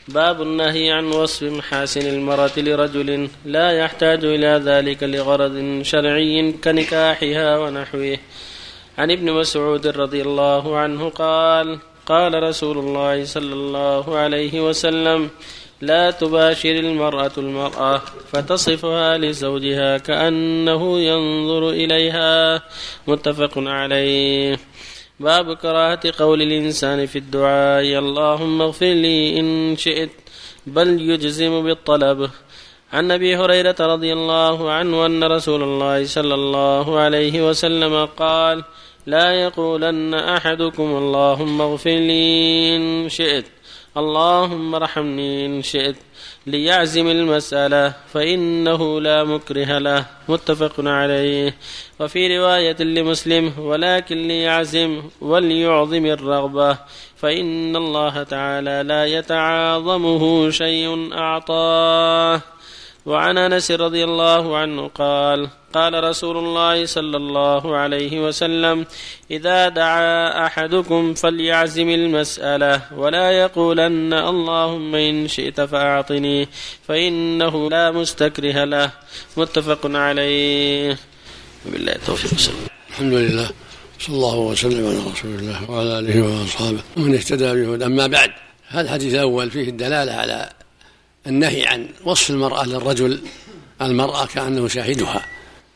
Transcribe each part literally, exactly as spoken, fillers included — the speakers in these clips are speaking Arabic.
باب النهي عن وصف محاسن المرأة لرجل لا يحتاج إلى ذلك لغرض شرعي كنكاحها ونحوه. عن ابن مسعود رضي الله عنه قال قال رسول الله صلى الله عليه وسلم: لا تباشر المرأة المرأة فتصفها لزوجها كأنه ينظر إليها. متفق عليه. باب كراهة قول الإنسان في الدعاء: اللهم اغفر لي إن شئت، بل يجزم بالطلب. عن أبي هريرة رضي الله عنه أن رسول الله صلى الله عليه وسلم قال: لا يقولن أحدكم اللهم اغفر لي إن شئت، اللهم ارحمني إن شئت، ليعزم المسألة فإنه لا مكره له. متفق عليه. وفي رواية لمسلم: ولكن ليعزم وليعظم الرغبة، فإن الله تعالى لا يتعاظمه شيء أعطاه. وعن أنس رضي الله عنه قال: قال رسول الله صلى الله عليه وسلم: إذا دعا أحدكم فليعزم المسألة ولا يقولن اللهم إن شئت فأعطني، فإنه لا مستكره له. متفق عليه. بالله التوفيق. الحمد لله، صلى الله وسلم على رسول الله وعلى آله وأصحابه ومن اهتدى بهداه. أما بعد، هذا الحديث الأول فيه الدلالة على النهي عن وصف المرأة للرجل المرأة كأنه شاهدها.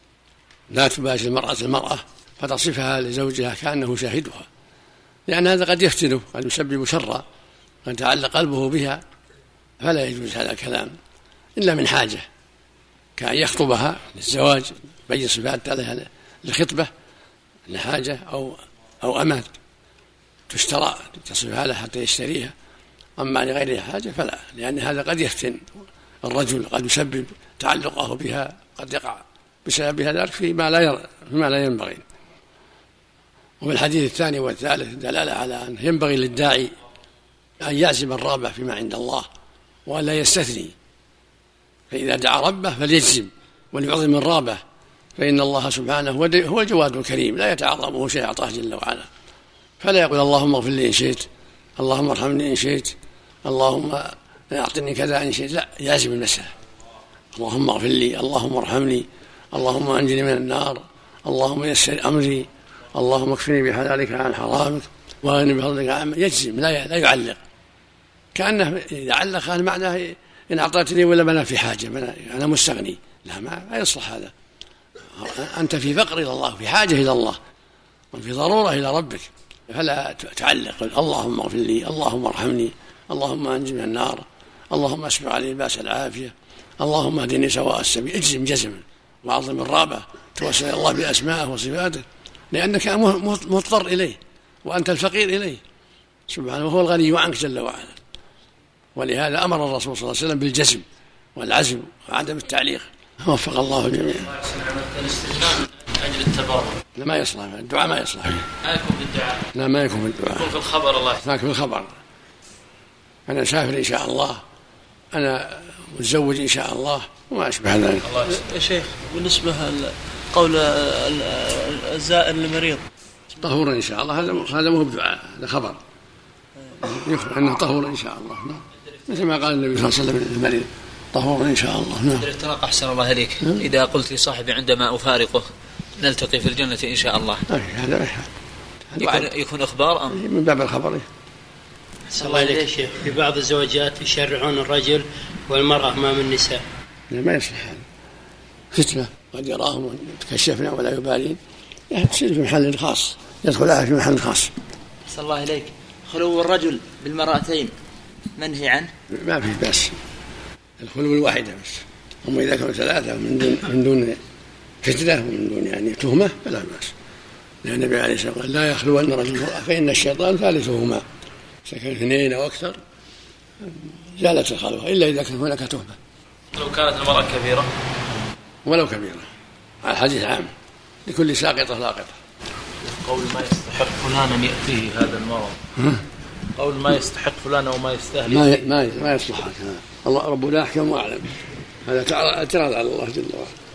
لا تباشر المرأة المرأة فتصفها لزوجها كأنه شاهدها، لأن هذا قد يفتنه، قد يسبب شرا، قد يتعلق قلبه بها، فلا يجوز هذا الكلام إلا من حاجة، كأن يخطبها للزواج بأي صفات عليها للخطبة لحاجة أو أو أمات تشترى تصفها له حتى يشتريها. أما لغير حاجة فلا، لأن هذا قد يفتن الرجل، قد يسبب تعلقه بها، قد يقع بسبب ذلك فيما لا فيما لا ينبغي. وفي الحديث الثاني والثالث دلالة على أن ينبغي للداعي أن يعزم الرغبة فيما عند الله وأن لا يستثني، فإذا دعا ربه فليجزم وليعظم الرغبة، فإن الله سبحانه هو الجواد الكريم لا يتعاظمه شيء أعطاه جل وعلا. فلا يقول اللهم اغفر لي إن شئت، اللهم ارحمني إن شئت، اللهم أعطني كذا إن شئت، لا، يعزم المسألة: اللهم اغفر لي، اللهم ارحمني، اللهم أنجني من النار، اللهم يسر أمري، اللهم اكفني بحلالك عن حرامك واغني بفضلك عن. يجزم، لا يعلق، كأنه إذا علق هذا معناه إن أعطيتني ولا أنا في حاجة، أنا مستغني. لا، ما يصلح هذا. أنت في فقر إلى الله، في حاجة إلى الله، وفي ضرورة إلى ربك، فلا تعلق: اللهم اغفر لي، اللهم ارحمني، اللهم أنجني من النار، اللهم اسبغ علي لباس العافية، اللهم اهدني سواء السبيل. اجزم جزما وعظم الرغبة، توسل الله بأسمائه وصفاته، لأنك مضطر إليه وأنت الفقير إليه سبحانه، وهو الغني عنك جل وعلا. ولهذا أمر الرسول صلى الله عليه وسلم بالجزم والعزم وعدم التعليق. وفق الله الجميع. الاستثناء أجل التبرع لا، ما يصلح الدعاء، ما يصلح. ما يكون في الدعاء. لا، ما يكون في الدعاء، يكون في الخبر. الله يكون في الخبر: أنا سافر إن شاء الله، أنا متزوج إن شاء الله، وما أشبه ذلك. يا شيخ، بالنسبة قول الزائر المريض طهورا إن شاء الله، هذا هذا مو بدعاء، هذا خبر يخبر أنه طهورا إن شاء الله. نعم، مثل ما قال النبي صلى الله عليه وسلم للمريض: طهورا إن شاء الله. نعم. الافتراق أحسن الله إليك، إذا قلت لصاحبي عندما أفارقه نلتقي في الجنة إن شاء الله، هذا يكون, يكون إخبار أم من باب الخبر؟ صلى الله عليه شيخ. في بعض الزواجات يشرعون الرجل والمرأة أمام النساء. لا، ما يصلح هذا، فتنة، قد يراهم يتكشفنا ولا يبالين، تصير في محل خاص، يدخلها في محل خاص. صلى الله عليك. خلو الرجل بالمرأتين منهي عنه؟ ما في بأس، الخلو الواحدة بس، أما إذا كانوا ثلاثة من دون من دون فتنة ومن دون يعني تهمة فلا بأس، لأن النبي عليه الصلاة والسلام: لا يخلون رجل المرأة فإن الشيطان ثالثهما. إذا كان اثنين أو أكثر زالت الخلوة، إلا إذا كان هناك تهمة. لو كانت المرأة كبيرة، ولو كبيرة، على الحديث عام لكل ساقطة لاقطة. قول ما يستحق فلانا يأتيه هذا المرض، قول ما يستحق فلانا وما يستاهل ما ما ما يصلح. الله ربنا أحكم وأعلم، هذا اعتراض على الله جل وعلا.